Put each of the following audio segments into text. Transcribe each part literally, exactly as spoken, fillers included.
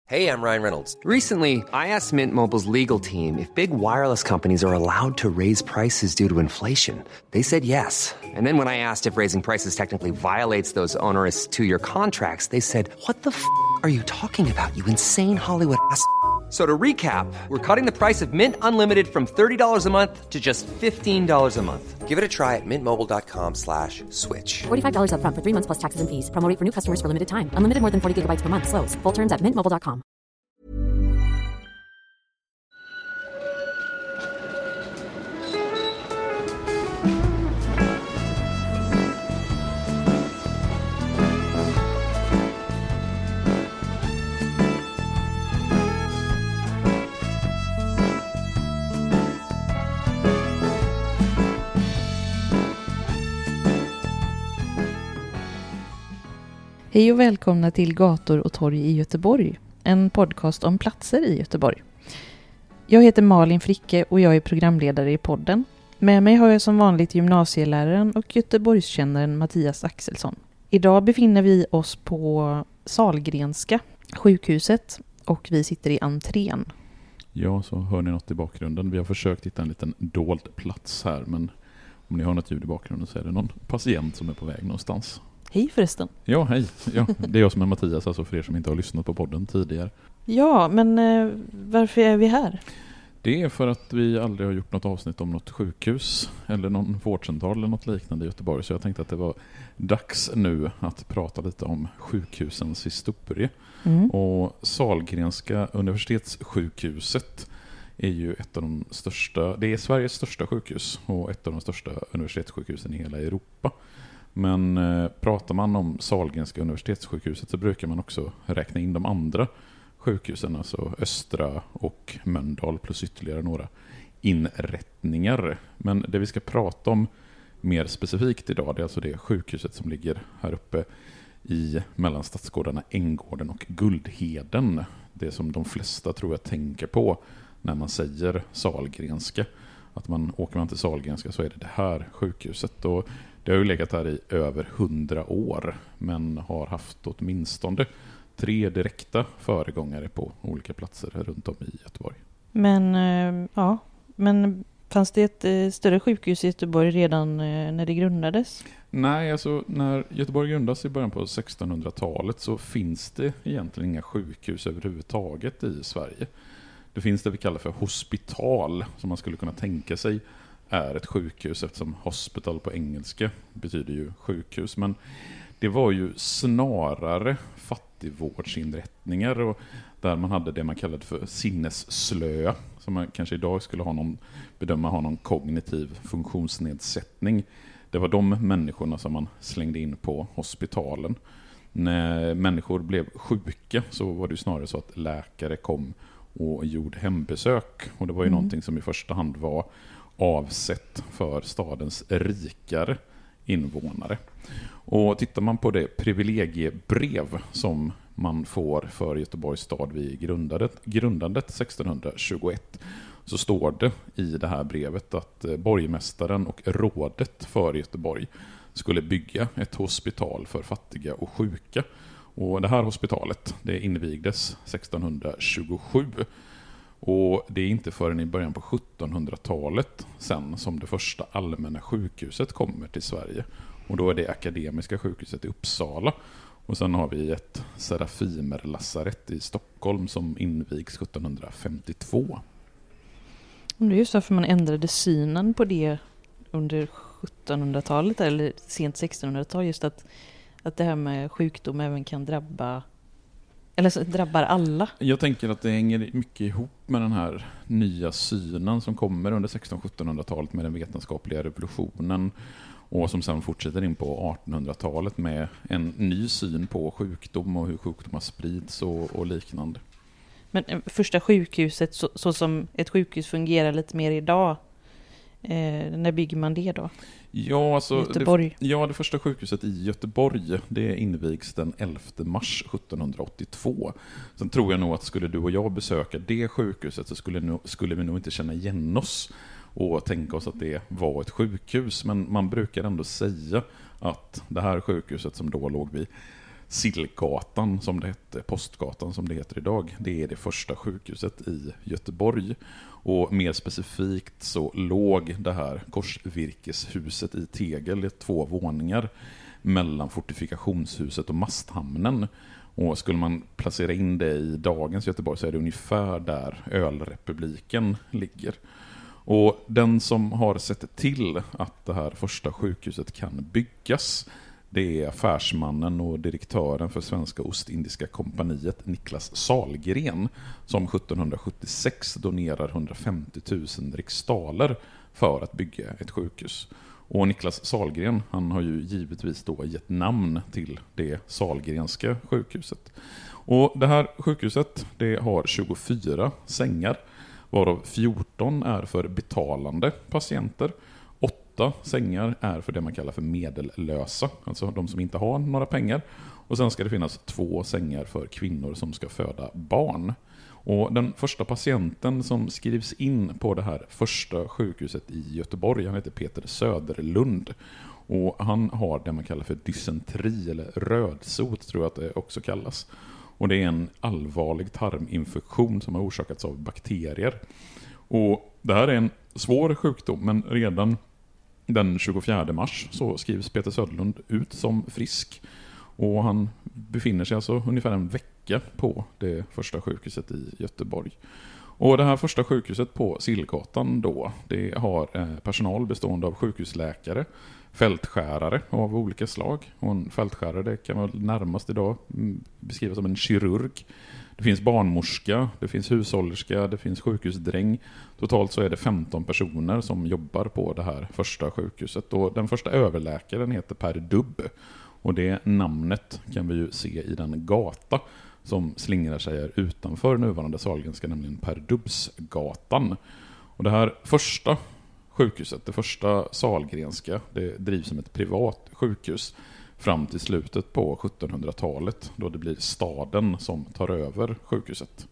Hey, I'm Ryan Reynolds. Recently, I asked Mint Mobile's legal team if big wireless companies are allowed to raise prices due to inflation. They said yes. And then when I asked if raising prices technically violates those onerous two-year contracts, they said, "What the f*** are you talking about, you insane Hollywood ass?" So to recap, we're cutting the price of Mint Unlimited from thirty dollars a month to just fifteen dollars a month. Give it a try at mintmobile.com slash switch. forty-five dollars up front for three months plus taxes and fees. Promo rate for new customers for limited time. Unlimited more than forty gigabytes per month. Slows full terms at mint mobile dot com. Hej och välkomna till Gator och torg i Göteborg, en podcast om platser i Göteborg. Jag heter Malin Fricke och jag är programledare i podden. Med mig har jag som vanligt gymnasieläraren och Göteborgskännaren Mattias Axelsson. Idag befinner vi oss på Sahlgrenska sjukhuset och vi sitter i entrén. Ja, så hör ni något i bakgrunden. Vi har försökt hitta en liten dold plats här, men om ni hör något ljud i bakgrunden så är det någon patient som är på väg någonstans. Hej förresten. Ja, hej. Ja, det är jag som är Mattias, alltså för er som inte har lyssnat på podden tidigare. Ja, men eh, varför är vi här? Det är för att vi aldrig har gjort något avsnitt om något sjukhus eller någon vårdcentral eller något liknande i Göteborg. Så jag tänkte att det var dags nu att prata lite om sjukhusens historia. Mm. Och Sahlgrenska universitetssjukhuset är ju ett av de största, det är Sveriges största sjukhus och ett av de största universitetssjukhusen i hela Europa. Men eh, pratar man om Sahlgrenska universitetssjukhuset så brukar man också räkna in de andra sjukhusen, alltså Östra och Mölndal plus ytterligare några inrättningar. Men det vi ska prata om mer specifikt idag, det är alltså det sjukhuset som ligger här uppe i mellan stadsgårdarna Änggården och Guldheden. Det som de flesta tror jag tänker på när man säger Sahlgrenska. Att man åker man till Sahlgrenska så är det det här sjukhuset. Och det har ju legat här i över hundra år, men har haft åtminstone tre direkta föregångare på olika platser runt om i Göteborg. Men ja, men fanns det ett större sjukhus i Göteborg redan när det grundades? Nej, alltså när Göteborg grundades i början på sextonhundratalet så finns det egentligen inga sjukhus överhuvudtaget i Sverige. Det finns det vi kallar för hospital, som man skulle kunna tänka sig är ett sjukhus, eftersom hospital på engelska betyder ju sjukhus. Men det var ju snarare fattigvårdsinrättningar och där man hade det man kallade för sinnesslöa, som man kanske idag skulle ha någon, bedöma ha någon kognitiv funktionsnedsättning. Det var de människorna som man slängde in på hospitalen. När människor blev sjuka så var det ju snarare så att läkare kom och gjorde hembesök. Och det var ju mm. någonting som i första hand var avsett för stadens rikare invånare. Och tittar man på det privilegiebrev som man får för Göteborgs stad vid grundandet, grundandet sextonhundratjugoett, så står det i det här brevet att borgmästaren och rådet för Göteborg skulle bygga ett hospital för fattiga och sjuka. Och det här hospitalet, det invigdes sextonhundratjugosju. Och det är inte förrän i början på sjuttonhundratalet sen som det första allmänna sjukhuset kommer till Sverige. Och då är det Akademiska sjukhuset i Uppsala. Och sen har vi ett Serafimerlasarett i Stockholm som invigs sjuttonhundrafemtiotvå. Det är just därför man ändrade synen på det under sjuttonhundratalet eller sent sextonhundratal, just att, att det här med sjukdom även kan drabba, eller så drabbar alla. Jag tänker att det hänger mycket ihop med den här nya synen som kommer under sexton-sjuttonhundratalet med den vetenskapliga revolutionen och som sen fortsätter in på artonhundratalet med en ny syn på sjukdom och hur sjukdomar sprids och, och liknande. Men första sjukhuset, så, så som ett sjukhus fungerar lite mer idag, eh, när bygger man det då? Ja, alltså Göteborg. Det, ja, det första sjukhuset i Göteborg, det invigs den elfte mars sjuttonhundraåttiotvå. Sen tror jag nog att skulle du och jag besöka det sjukhuset så skulle, no, skulle vi nog inte känna igen oss och tänka oss att det var ett sjukhus. Men man brukar ändå säga att det här sjukhuset som då låg vid Sillgatan som det hette, Postgatan som det heter idag. Det är det första sjukhuset i Göteborg. Och mer specifikt så låg det här korsvirkeshuset i tegel i två våningar mellan fortifikationshuset och masthamnen. Och skulle man placera in det i dagens Göteborg så är det ungefär där Ölrepubliken ligger. Och den som har sett till att det här första sjukhuset kan byggas, det är affärsmannen och direktören för Svenska Ostindiska kompaniet Niklas Sahlgren, som sjuttonhundrasjuttiosex donerar hundrafemtio tusen riksdaler för att bygga ett sjukhus. Och Niklas Sahlgren, han har ju givetvis då gett namn till det Sahlgrenska sjukhuset. Och det här sjukhuset, det har tjugofyra sängar, varav fjorton är för betalande patienter. Åtta sängar är för det man kallar för medellösa, alltså de som inte har några pengar. Och sen ska det finnas två sängar för kvinnor som ska föda barn. Och den första patienten som skrivs in på det här första sjukhuset i Göteborg, han heter Peter Söderlund. Och han har det man kallar för dysenteri eller rödsot, tror jag att det också kallas. Och det är en allvarlig tarminfektion som har orsakats av bakterier. Och det här är en svår sjukdom, men redan den tjugofjärde mars så skrivs Peter Söderlund ut som frisk. Och han befinner sig alltså ungefär en vecka på det första sjukhuset i Göteborg. Och det här första sjukhuset på Sillgatan då, det har personal bestående av sjukhusläkare, fältskärare av olika slag. Och en fältskärare, det kan man närmast idag beskriva som en kirurg. Det finns barnmorska, det finns hushållerska, det finns sjukhusdräng. Totalt så är det femton personer som jobbar på det här första sjukhuset. Och den första överläkaren heter Per Dubb. Och det namnet kan vi ju se i den gata som slingrar sig utanför nuvarande Sahlgrenska, nämligen Per Dubbsgatan. Och det här första sjukhuset, det första Sahlgrenska, det drivs som ett privat sjukhus fram till slutet på sjuttonhundratalet, då det blir staden som tar över sjukhuset.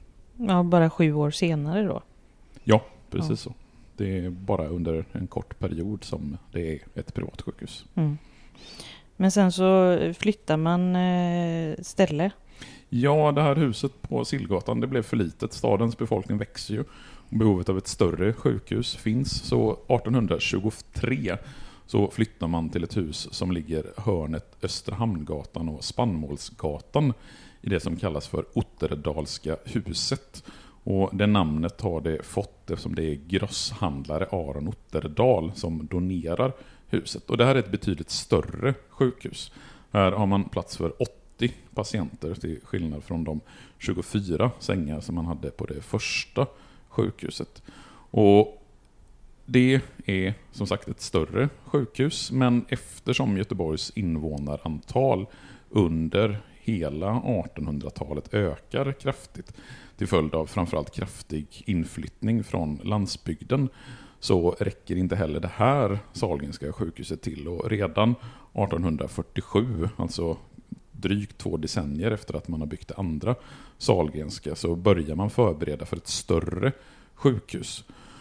Ja, bara sju år senare då? Ja, precis ja. så. Det är bara under en kort period som det är ett privat sjukhus. Mm. Men sen så flyttar man eh, ställe. Ja, det här huset på Sillgatan, det blev för litet. Stadens befolkning växer ju. Behovet av ett större sjukhus finns. Så artonhundratjugotre så flyttar man till ett hus som ligger hörnet Östra Hamngatan och Spannmålsgatan i det som kallas för Otterdalska huset. Och det namnet har det fått eftersom det är grosshandlare Aron Otterdal som donerar huset. Och det här är ett betydligt större sjukhus. Här har man plats för åttio patienter till skillnad från de tjugofyra sängar som man hade på det första sjukhuset. Och det är som sagt ett större sjukhus, men eftersom Göteborgs invånarantal under hela artonhundratalet ökar kraftigt till följd av framförallt kraftig inflyttning från landsbygden, så räcker inte heller det här Sahlgrenska sjukhuset till. Och redan artonhundrafyrtiosju, alltså drygt två decennier efter att man har byggt det andra Sahlgrenska, så börjar man förbereda för ett större sjukhus.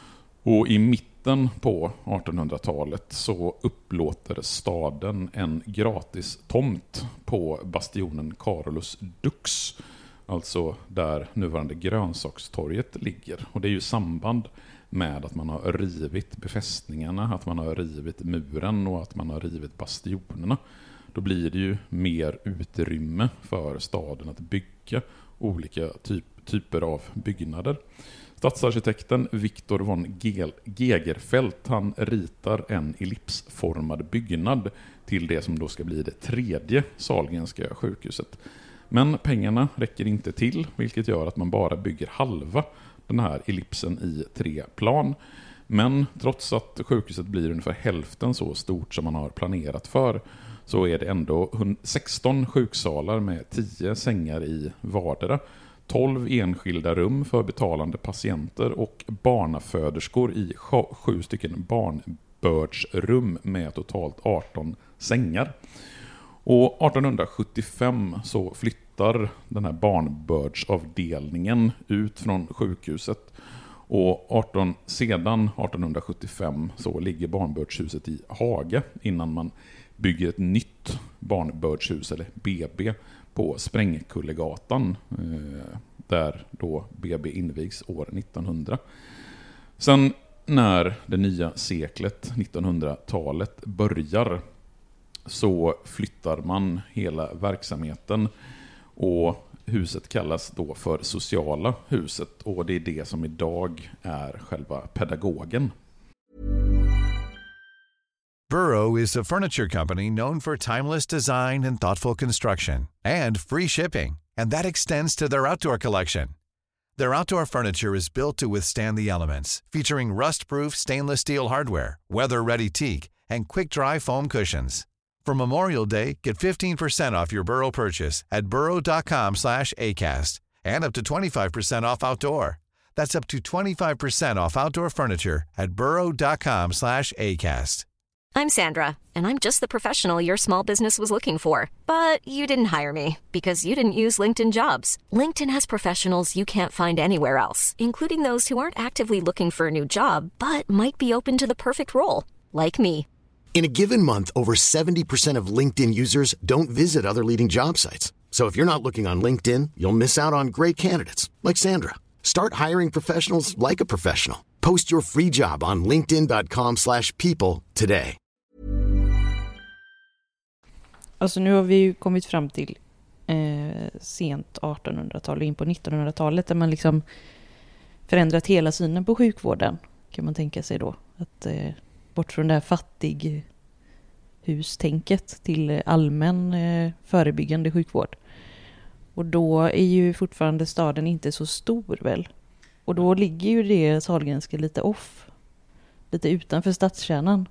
Och i mitten på artonhundratalet så upplåter staden en gratis tomt på bastionen Carolus Dux, alltså där nuvarande Grönsakstorget ligger. Och det är ju samband med att man har rivit befästningarna, att man har rivit muren och att man har rivit bastionerna. Då blir det ju mer utrymme för staden att bygga olika typ, typer av byggnader. Stadsarkitekten Victor von Gegerfeldt, han ritar en ellipsformad byggnad till det som då ska bli det tredje Sahlgrenska sjukhuset. Men pengarna räcker inte till, vilket gör att man bara bygger halva den här ellipsen i tre plan. Men trots att sjukhuset blir ungefär hälften så stort som man har planerat för, så är det ändå sexton sjuksalar med tio sängar i vardera, tolv enskilda rum för betalande patienter och barnaföderskor i sju stycken barnbördsrum med totalt arton sängar. Och artonhundrasjuttiofem så flyttar den här barnbördsavdelningen ut från sjukhuset. Och arton, sedan artonhundrasjuttiofem så ligger barnbördshuset i Haga innan man bygger ett nytt barnbördshus, eller B B, på Sprängkullegatan, eh, där då B B invigs år nittonhundra. Sen när det nya seklet, nittonhundratalet, börjar så flyttar man hela verksamheten, och huset kallas då för Sociala huset, och det är det som idag är själva pedagogen. Burrow is a furniture company known for timeless design and thoughtful construction, and free shipping, and that extends to their outdoor collection. Their outdoor furniture is built to withstand the elements, featuring rust-proof stainless steel hardware, weather-ready teak, and quick-dry foam cushions. For Memorial Day, get fifteen percent off your Burrow purchase at burrow.com slash ACAST, and up to twenty-five percent off outdoor. That's up to twenty-five percent off outdoor furniture at burrow.com slash ACAST. I'm Sandra, and I'm just the professional your small business was looking for. But you didn't hire me because you didn't use LinkedIn Jobs. LinkedIn has professionals you can't find anywhere else, including those who aren't actively looking for a new job, but might be open to the perfect role, like me. In a given month, over seventy percent of LinkedIn users don't visit other leading job sites. So if you're not looking on LinkedIn, you'll miss out on great candidates like Sandra. Start hiring professionals like a professional. Post your free job on linkedin.com slash people today. Alltså nu har vi ju kommit fram till eh, sent artonhundratal och in på nittonhundratalet, där man liksom förändrat hela synen på sjukvården, kan man tänka sig då. Att eh, bort från det här fattig hustänket till allmän eh, förebyggande sjukvård. Och då är ju fortfarande staden inte så stor väl. Och då ligger ju det Sahlgrenska lite off. Lite utanför stadskärnan.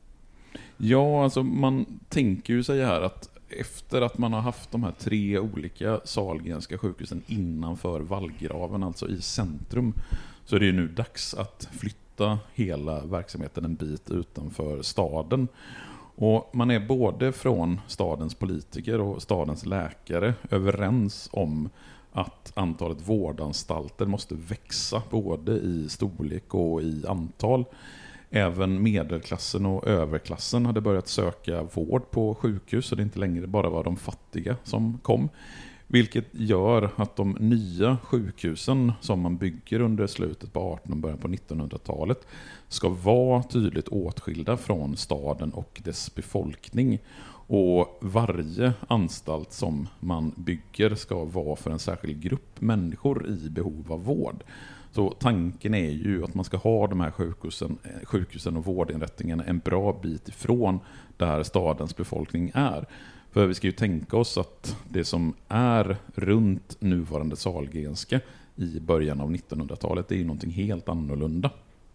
Ja, alltså man tänker ju sig här att efter att man har haft de här tre olika Sahlgrenska sjukhusen innanför vallgraven, alltså i centrum, så är det ju nu dags att flytta hela verksamheten en bit utanför staden. Och man är både från stadens politiker och stadens läkare överens om att antalet vårdanstalter måste växa både i storlek och i antal. Även medelklassen och överklassen hade börjat söka vård på sjukhus, så det inte längre bara var de fattiga som kom. Vilket gör att de nya sjukhusen som man bygger under slutet på artonhundratalet och början på nittonhundratalet ska vara tydligt åtskilda från staden och dess befolkning. Och varje anstalt som man bygger ska vara för en särskild grupp människor i behov av vård. Så tanken är ju att man ska ha de här sjukhusen, sjukhusen och vårdinrättningarna en bra bit ifrån där stadens befolkning är. För vi ska ju tänka oss att det som är runt nuvarande Sahlgrenska i början av nittonhundratalet är ju någonting helt annorlunda.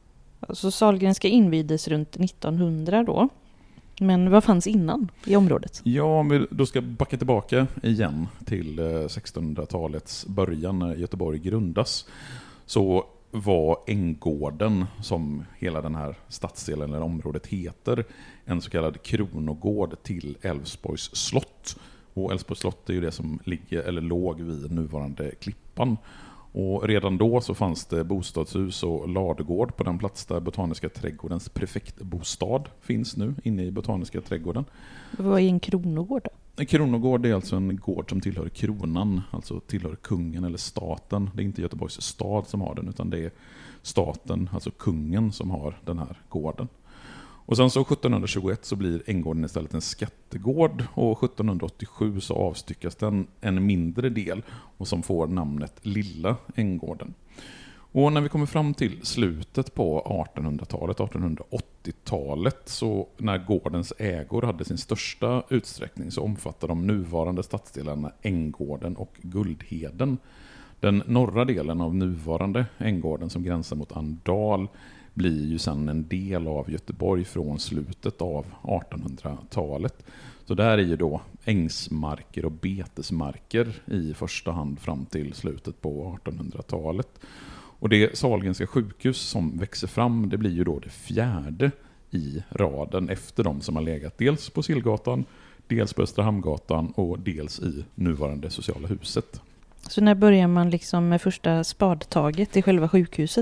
Så Sahlgrenska invigdes runt nittonhundra då. Men vad fanns innan i området? Ja, om vi då ska backa tillbaka igen till sextonhundratalets början när Göteborg grundas, så var Änggården, som hela den här stadsdelen eller området heter, en så kallad kronogård till Älvsborgs slott. Och Älvsborgs slott är ju det som ligger eller låg vid nuvarande Klippan. Och redan då så fanns det bostadshus och ladugård på den plats där Botaniska trädgårdens prefektbostad finns nu, inne i Botaniska trädgården. Vad är en kronogård då? En kronogård är alltså en gård som tillhör kronan, alltså tillhör kungen eller staten. Det är inte Göteborgs stad som har den, utan det är staten, alltså kungen, som har den här gården. Och sen så sjuttonhundratjugoett så blir Änggården istället en skattegård, och sjuttonhundraåttiosju så avstyckas den en mindre del och som får namnet Lilla Änggården. Och när vi kommer fram till slutet på artonhundratalet, artonhundraåttiotalet, så när gårdens ägor hade sin största utsträckning så omfattar de nuvarande stadsdelarna Änggården och Guldheden. Den norra delen av nuvarande Änggården som gränsar mot Andal blir ju sedan en del av Göteborg från slutet av artonhundratalet. Så där är ju då ängsmarker och betesmarker i första hand fram till slutet på artonhundratalet. Och det Sahlgrenska sjukhus som växer fram, det blir ju då det fjärde i raden efter de som har legat dels på Sillgatan, dels på Östra Hamngatan och dels i nuvarande Sociala huset. Så när börjar man liksom med första spadtaget i själva sjukhuset då?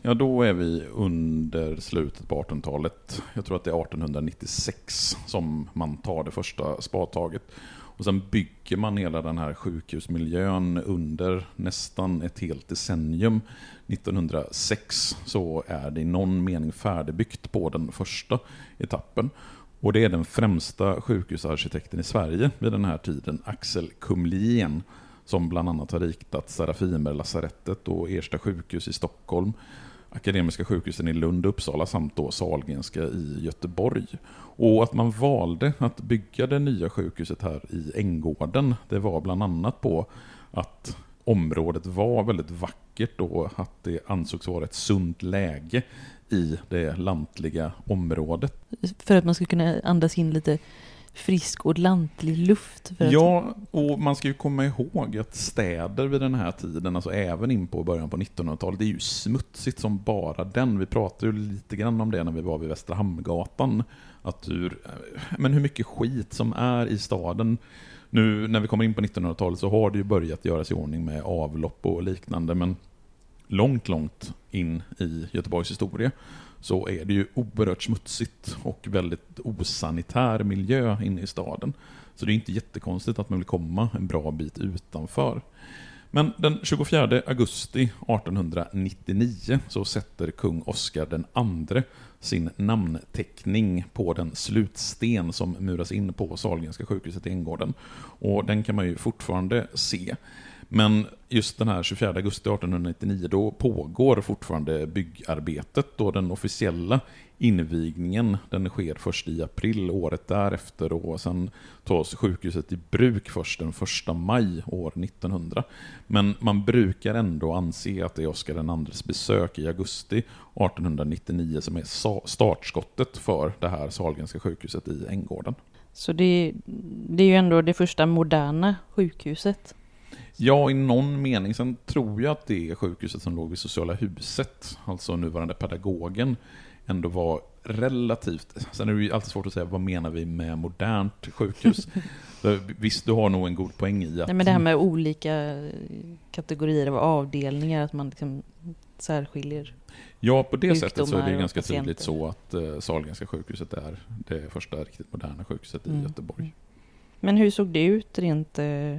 Ja, då är vi under slutet på artonhundratalet. Jag tror att det är arton nittiosex som man tar det första spadtaget. Och sen bygger man hela den här sjukhusmiljön under nästan ett helt decennium. nittonhundrasex så är det i någon mening färdigbyggt på den första etappen. Och det är den främsta sjukhusarkitekten i Sverige vid den här tiden, Axel Kumlien, som bland annat har ritat Serafimerlasarettet och Ersta sjukhus i Stockholm, Akademiska sjukhusen i Lund och Uppsala samt då Sahlgrenska i Göteborg. Och att man valde att bygga det nya sjukhuset här i Änggården, det var bland annat på att området var väldigt vackert och att det ansågs vara ett sunt läge i det lantliga området. För att man ska kunna andas in lite frisk och lantlig luft. För ja, att... och man ska ju komma ihåg att städer vid den här tiden, alltså även in på början på nittonhundratalet, det är ju smutsigt som bara den. Vi pratade ju lite grann om det när vi var vid Västra Hamngatan. Att hur, men hur mycket skit som är i staden. Nu när vi kommer in på nittonhundratalet så har det ju börjat göras i ordning med avlopp och liknande, men långt, långt in i Göteborgs historia så är det ju oerhört smutsigt och väldigt osanitär miljö inne i staden. Så det är inte jättekonstigt att man vill komma en bra bit utanför. Men den tjugofjärde augusti artonhundranittionio så sätter kung Oscar den andre sin namnteckning på den slutsten som muras in på Sahlgrenska sjukhuset i Änggården. Och den kan man ju fortfarande se. Men just den här tjugofjärde augusti artonhundranittionio då pågår fortfarande byggarbetet, och den officiella invigningen den sker först i april året därefter, och sen tas sjukhuset i bruk först den första maj år nittonhundra. Men man brukar ändå anse att det är Oscar den andres besök i augusti artonhundranittionio som är startskottet för det här Sahlgrenska sjukhuset i Änggården. Så det, det är ju ändå det första moderna sjukhuset. Ja, i någon mening. Sen tror jag att det är sjukhuset som låg vid Sociala huset, alltså nuvarande Pedagogen, ändå var relativt... Sen är det ju alltid svårt att säga vad menar vi med modernt sjukhus. Visst, du har nog en god poäng i att... Nej, men det här med olika kategorier av avdelningar, att man liksom särskiljer. Ja, på det sättet så är det ganska patienter. tydligt så att uh, Sahlgrenska sjukhuset är det första riktigt moderna sjukhuset mm. i Göteborg. Men hur såg det ut rent... Uh...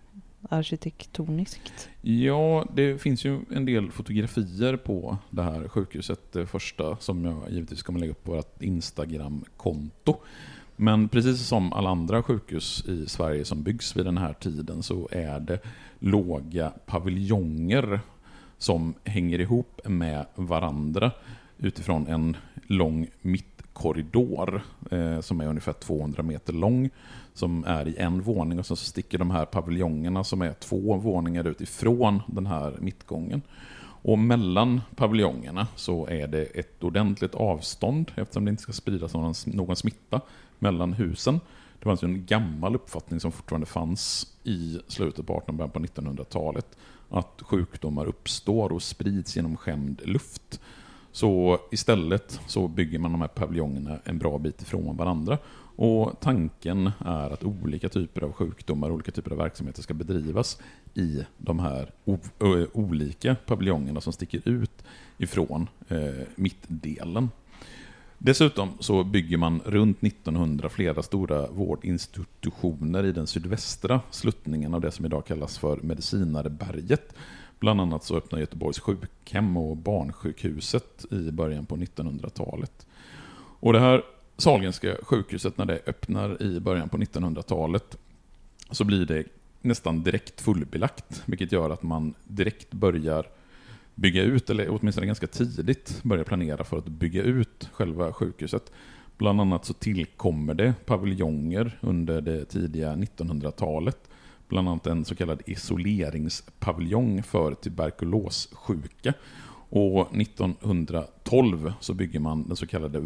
arkitektoniskt? Ja, det finns ju en del fotografier på det här sjukhuset. Det första som jag givetvis kommer lägga upp på vårt Instagram-konto. Men precis som alla andra sjukhus i Sverige som byggs vid den här tiden så är det låga paviljonger som hänger ihop med varandra utifrån en lång mittkorridor eh, som är ungefär tvåhundra meter lång, som är i en våning, och så sticker de här paviljongerna som är två våningar utifrån den här mittgången. Och mellan paviljongerna så är det ett ordentligt avstånd eftersom det inte ska spridas någon, någon smitta mellan husen. Det var alltså en gammal uppfattning som fortfarande fanns i slutet på artonhundra- på nittonhundratalet, att sjukdomar uppstår och sprids genom skämd luft. Så istället så bygger man de här paviljongerna en bra bit ifrån varandra. Och tanken är att olika typer av sjukdomar, olika typer av verksamheter ska bedrivas i de här o- ö- olika paviljongerna som sticker ut ifrån eh, mittdelen. Dessutom så bygger man runt nittonhundra flera stora vårdinstitutioner i den sydvästra sluttningen av det som idag kallas för Medicinareberget. Bland annat så öppnar Göteborgs sjukhem och barnsjukhuset i början på nittonhundratalet. Och det här Sahlgrenska sjukhuset, när det öppnar i början på nittonhundratalet, så blir det nästan direkt fullbelagt, vilket gör att man direkt börjar bygga ut, eller åtminstone ganska tidigt börjar planera för att bygga ut själva sjukhuset. Bland annat så tillkommer det paviljonger under det tidiga nittonhundratalet. Bland annat en så kallad isoleringspaviljong för tuberkulossjuka. Och nittonhundratolv så bygger man den så kallade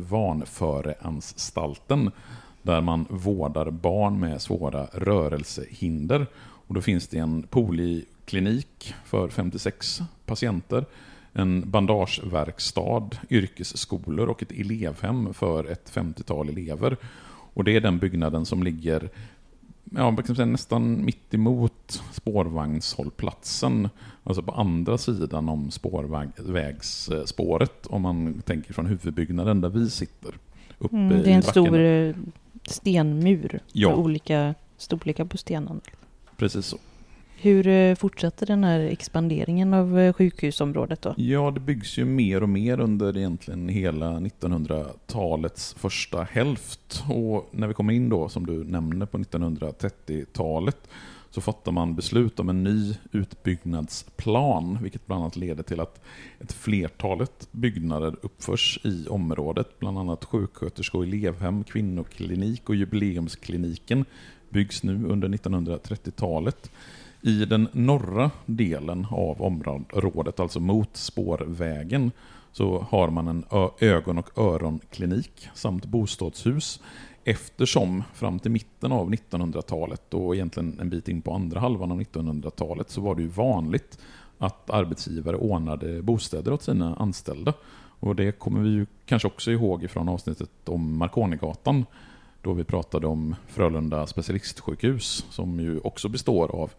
Vanföreanstalten, där man vårdar barn med svåra rörelsehinder. Och då finns det en poliklinik för femtiosex patienter, en bandageverkstad, yrkesskolor och ett elevhem för ett femtiotal elever. Och det är den byggnaden som ligger ja, man kan säga nästan mitt emot spårvagnshållplatsen, alltså på andra sidan om spårvägsspåret, om man tänker från huvudbyggnaden där vi sitter uppe mm, i det är en backen. stor stenmur Ja. med olika storlekar på stenen. Precis så. Hur fortsätter den här expanderingen av sjukhusområdet då? Ja, det byggs ju mer och mer under egentligen hela nittonhundratalets första hälft. Och när vi kommer in då, som du nämnde, på nittonhundratrettiotalet så fattar man beslut om en ny utbyggnadsplan, vilket bland annat leder till att ett flertalet byggnader uppförs i området. Bland annat sjuksköterskor och elevhem, kvinnoklinik och jubileumskliniken byggs nu under nittonhundratrettiotalet. I den norra delen av området, alltså mot spårvägen, så har man en ögon- och öronklinik samt bostadshus, eftersom fram till mitten av nittonhundratalet och egentligen en bit in på andra halvan av nittonhundratalet så var det ju vanligt att arbetsgivare ordnade bostäder åt sina anställda. Och det kommer vi ju kanske också ihåg från avsnittet om Marconigatan, då vi pratade om Frölunda specialistsjukhus, som ju också består av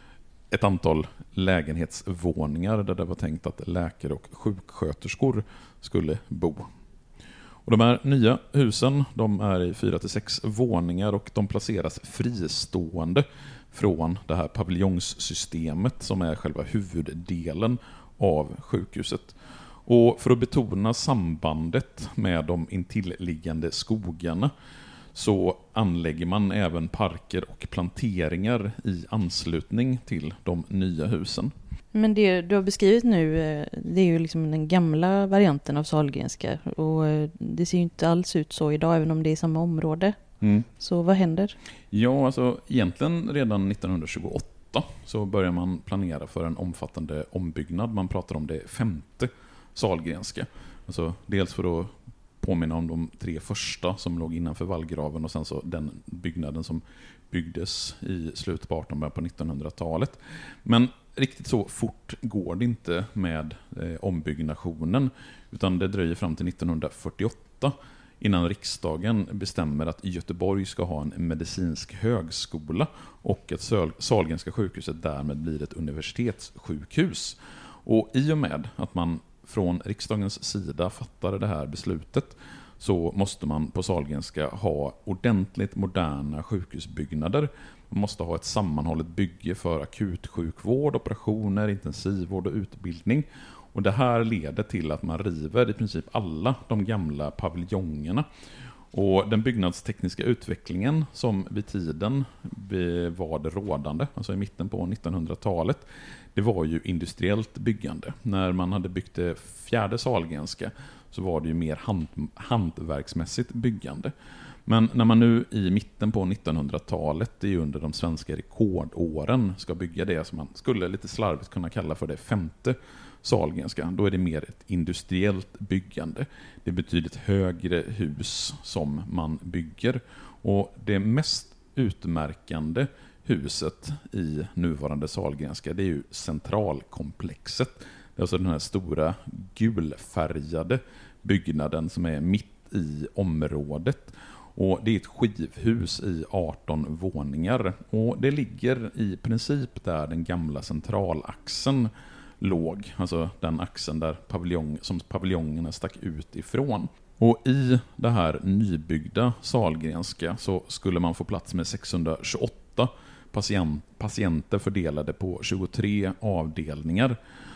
ett antal lägenhetsvåningar där det var tänkt att läkare och sjuksköterskor skulle bo. Och de här nya husen, de är i fyra till sex våningar och de placeras fristående från det här paviljonssystemet som är själva huvuddelen av sjukhuset. Och för att betona sambandet med de intilliggande skogarna så anlägger man även parker och planteringar i anslutning till de nya husen. Men det du har beskrivit nu, det är ju liksom den gamla varianten av Sahlgrenska. Och det ser ju inte alls ut så idag, även om det är samma område. Mm. Så vad händer? Ja, alltså egentligen redan nittonhundratjugoåtta så börjar man planera för en omfattande ombyggnad. Man pratar om det femte Sahlgrenska. Alltså dels för att påminna om de tre första som låg innanför vallgraven och sen så den byggnaden som byggdes i slutet på artonhundratalet på nittonhundratalet. Men riktigt så fort går det inte med eh, ombyggnationen, utan det dröjer fram till nittonhundrafyrtioåtta innan riksdagen bestämmer att Göteborg ska ha en medicinsk högskola och att Sahlgrenska sjukhuset därmed blir ett universitetssjukhus. Och i och med att man från riksdagens sida fattade det här beslutet så måste man på Sahlgrenska ha ordentligt moderna sjukhusbyggnader. Man måste ha ett sammanhållet bygge för akutsjukvård, operationer, intensivvård och utbildning. Och det här leder till att man river i princip alla de gamla paviljongerna. Och den byggnadstekniska utvecklingen som vid tiden var det rådande, alltså i mitten på nittonhundratalet, det var ju industriellt byggande. När man hade byggt det fjärde Sahlgrenska så var det ju mer hand, hantverksmässigt byggande. Men när man nu i mitten på nittonhundratalet, det är under de svenska rekordåren, ska bygga det som man skulle lite slarvigt kunna kalla för det femte Sahlgrenska, då är det mer ett industriellt byggande. Det är betydligt högre hus som man bygger. Och det mest utmärkande huset i nuvarande Sahlgrenska, det är ju centralkomplexet. Det är alltså den här stora gulfärgade byggnaden som är mitt i området. Och det är ett skivhus i arton våningar. Och det ligger i princip där den gamla centralaxeln låg. Alltså den axeln där paviljong, som paviljongerna stack ut ifrån. Och i det här nybyggda Sahlgrenska så skulle man få plats med sexhundratjugoåtta patient, patienter fördelade på tjugotre avdelningar.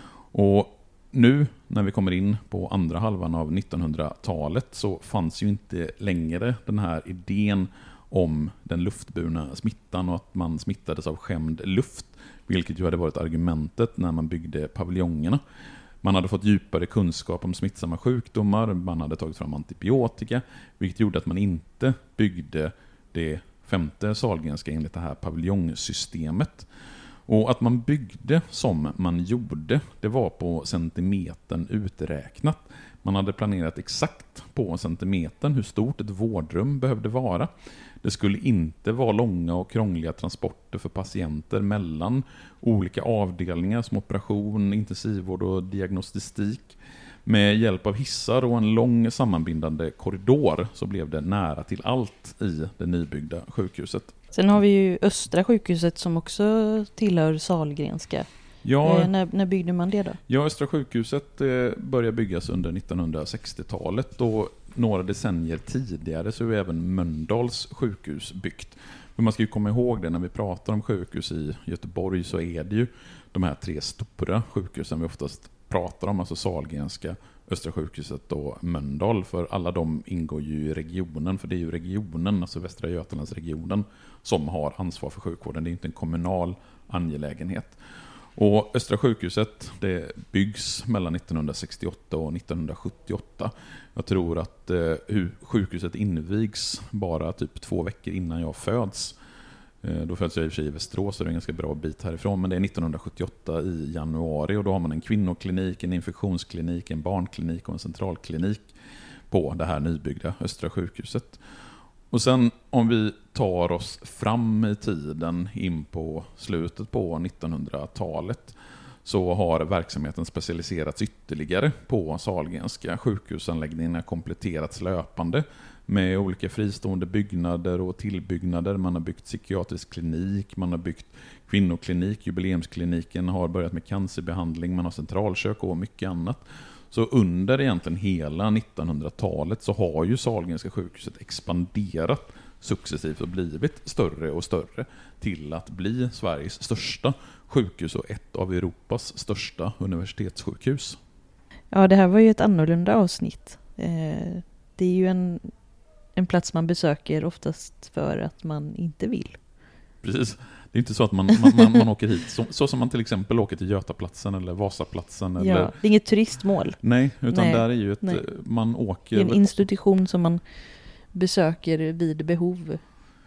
Och nu när vi kommer in på andra halvan av nittonhundratalet så fanns ju inte längre den här idén om den luftburna smittan och att man smittades av skämd luft, vilket ju hade varit argumentet när man byggde paviljongerna. Man hade fått djupare kunskap om smittsamma sjukdomar, man hade tagit fram antibiotika, vilket gjorde att man inte byggde det femte Sahlgrenska enligt det här paviljongsystemet. Och att man byggde som man gjorde, det var på centimetern uträknat. Man hade planerat exakt på centimetern hur stort ett vårdrum behövde vara. Det skulle inte vara långa och krångliga transporter för patienter mellan olika avdelningar som operation, intensivvård och diagnostik. Med hjälp av hissar och en lång sammanbindande korridor så blev det nära till allt i det nybyggda sjukhuset. Sen har vi ju Östra sjukhuset som också tillhör Sahlgrenska. Ja, eh, när, när byggde man det då? Ja, Östra sjukhuset eh, började byggas under nittonhundrasextiotalet och några decennier tidigare så är även Mölndals sjukhus byggt. Men man ska ju komma ihåg det när vi pratar om sjukhus i Göteborg så är det ju de här tre stora sjukhusen vi oftast pratar om, alltså Sahlgrenska, Östra sjukhuset och Mölndal, för alla de ingår ju i regionen, för det är ju regionen, alltså Västra Götalandsregionen som har ansvar för sjukvården, det är inte en kommunal angelägenhet. Och Östra sjukhuset det byggs mellan nittonhundrasextioåtta och nittonhundrasjuttioåtta. Jag tror att eh, hur sjukhuset invigs bara typ två veckor innan jag föds. Eh, då föds jag i och för sig i Västerås så det är en ganska bra bit härifrån. Men det är nittonhundrasjuttioåtta i januari och då har man en kvinnoklinik, en infektionsklinik, en barnklinik och en centralklinik på det här nybyggda Östra sjukhuset. Och sen om vi tar oss fram i tiden in på slutet på nittonhundratalet så har verksamheten specialiserats ytterligare på Sahlgrenska. Sjukhusanläggningarna kompletterats löpande med olika fristående byggnader och tillbyggnader. Man har byggt psykiatrisk klinik, man har byggt kvinnoklinik, jubileumskliniken har börjat med cancerbehandling, man har centralkök och mycket annat. Så under egentligen hela nittonhundratalet så har ju Sahlgrenska sjukhuset expanderat successivt och blivit större och större till att bli Sveriges största sjukhus och ett av Europas största universitetssjukhus. Ja, det här var ju ett annorlunda avsnitt. Eh, det är ju en, en plats man besöker oftast för att man inte vill. Precis. Det är inte så att man, man, man, man åker hit så, så som man till exempel åker till Götaplatsen eller Vasaplatsen. Eller... Ja, det är inget turistmål. Nej, utan nej, där är ju ett, nej. man åker... Det är en institution som man besöker vid behov.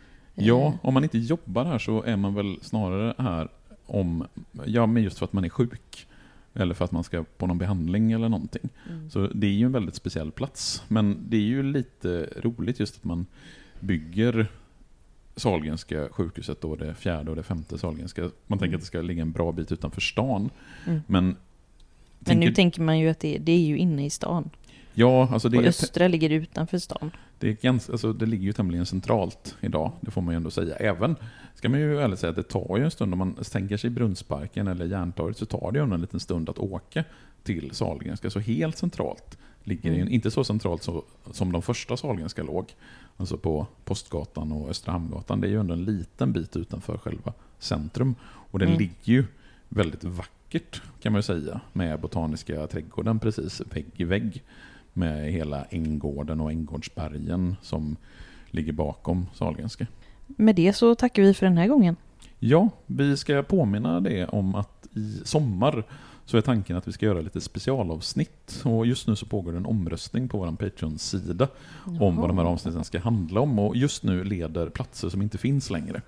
Ja, om man inte jobbar här så är man väl snarare här om, ja, men just för att man är sjuk eller för att man ska på någon behandling eller någonting. Mm. Så det är ju en väldigt speciell plats. Men det är ju lite roligt just att man bygger Sahlgrenska sjukhuset då, det fjärde och det femte Sahlgrenska. Man mm. tänker att det ska ligga en bra bit utanför stan. Mm. Men, men tänker, nu tänker man ju att det, det är ju inne i stan. Ja, alltså det och är, Östra ligger utanför stan. Det, är ganska, alltså det ligger ju tämligen centralt idag, det får man ju ändå säga. Även, ska man ju ärligt säga att det tar ju en stund, om man tänker sig Brunnsparken eller Järntorget så tar det ju en liten stund att åka till Sahlgrenska. Så helt centralt ligger mm. det, inte så centralt så, som de första Sahlgrenska låg, alltså på Postgatan och Östra Hamngatan. Det är ju ändå en liten bit utanför själva centrum. Och den mm. ligger ju väldigt vackert kan man ju säga, med Botaniska trädgården precis vägg i vägg. Med hela Änggården och Änggårdsbergen som ligger bakom Sahlgrenska. Med det så tackar vi för den här gången. Ja, vi ska påminna det om att i sommar så är tanken att vi ska göra lite specialavsnitt. Och just nu så pågår en omröstning på vår Patreon-sida Jaha. om vad de här avsnitten ska handla om. Och just nu leder platser som inte finns längre.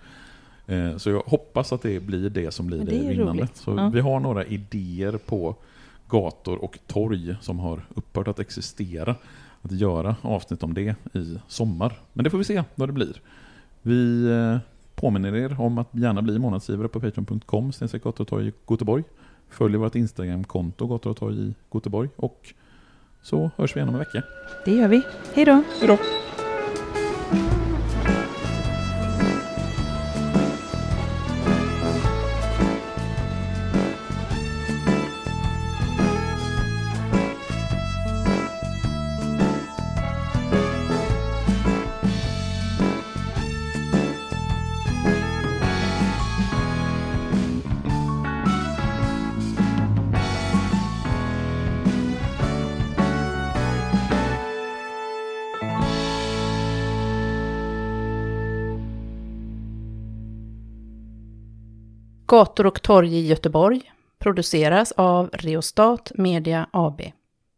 Så jag hoppas att det blir det som blir det, det vinnande. Roligt. Så ja. Vi har några idéer på gator och torg som har upphört att existera, att göra avsnitt om det i sommar. Men det får vi se vad det blir. Vi påminner er om att gärna bli månadsgivare på patreon punkt com snedstreck gator och torg i Göteborg. Följ vårt Instagram-konto gator och torg i Göteborg och så hörs vi igen om en vecka. Det gör vi. Hej då! Hej då! Gator och torg i Göteborg produceras av Reostat Media A B.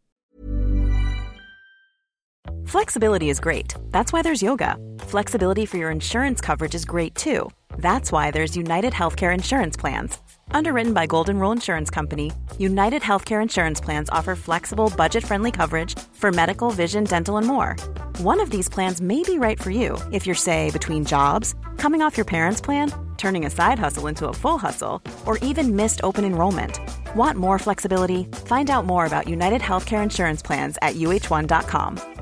Flexibility is great. That's why there's yoga. Flexibility for your insurance coverage is great too. That's why there's United Healthcare Insurance Plans. Underwritten by Golden Rule Insurance Company, United Healthcare Insurance Plans offer flexible, budget-friendly coverage for medical, vision, dental, and more. One of these plans may be right for you if you're, say, between jobs, coming off your parents' plan, turning a side hustle into a full hustle, or even missed open enrollment. Want more flexibility? Find out more about United Healthcare Insurance Plans at U H one dot com.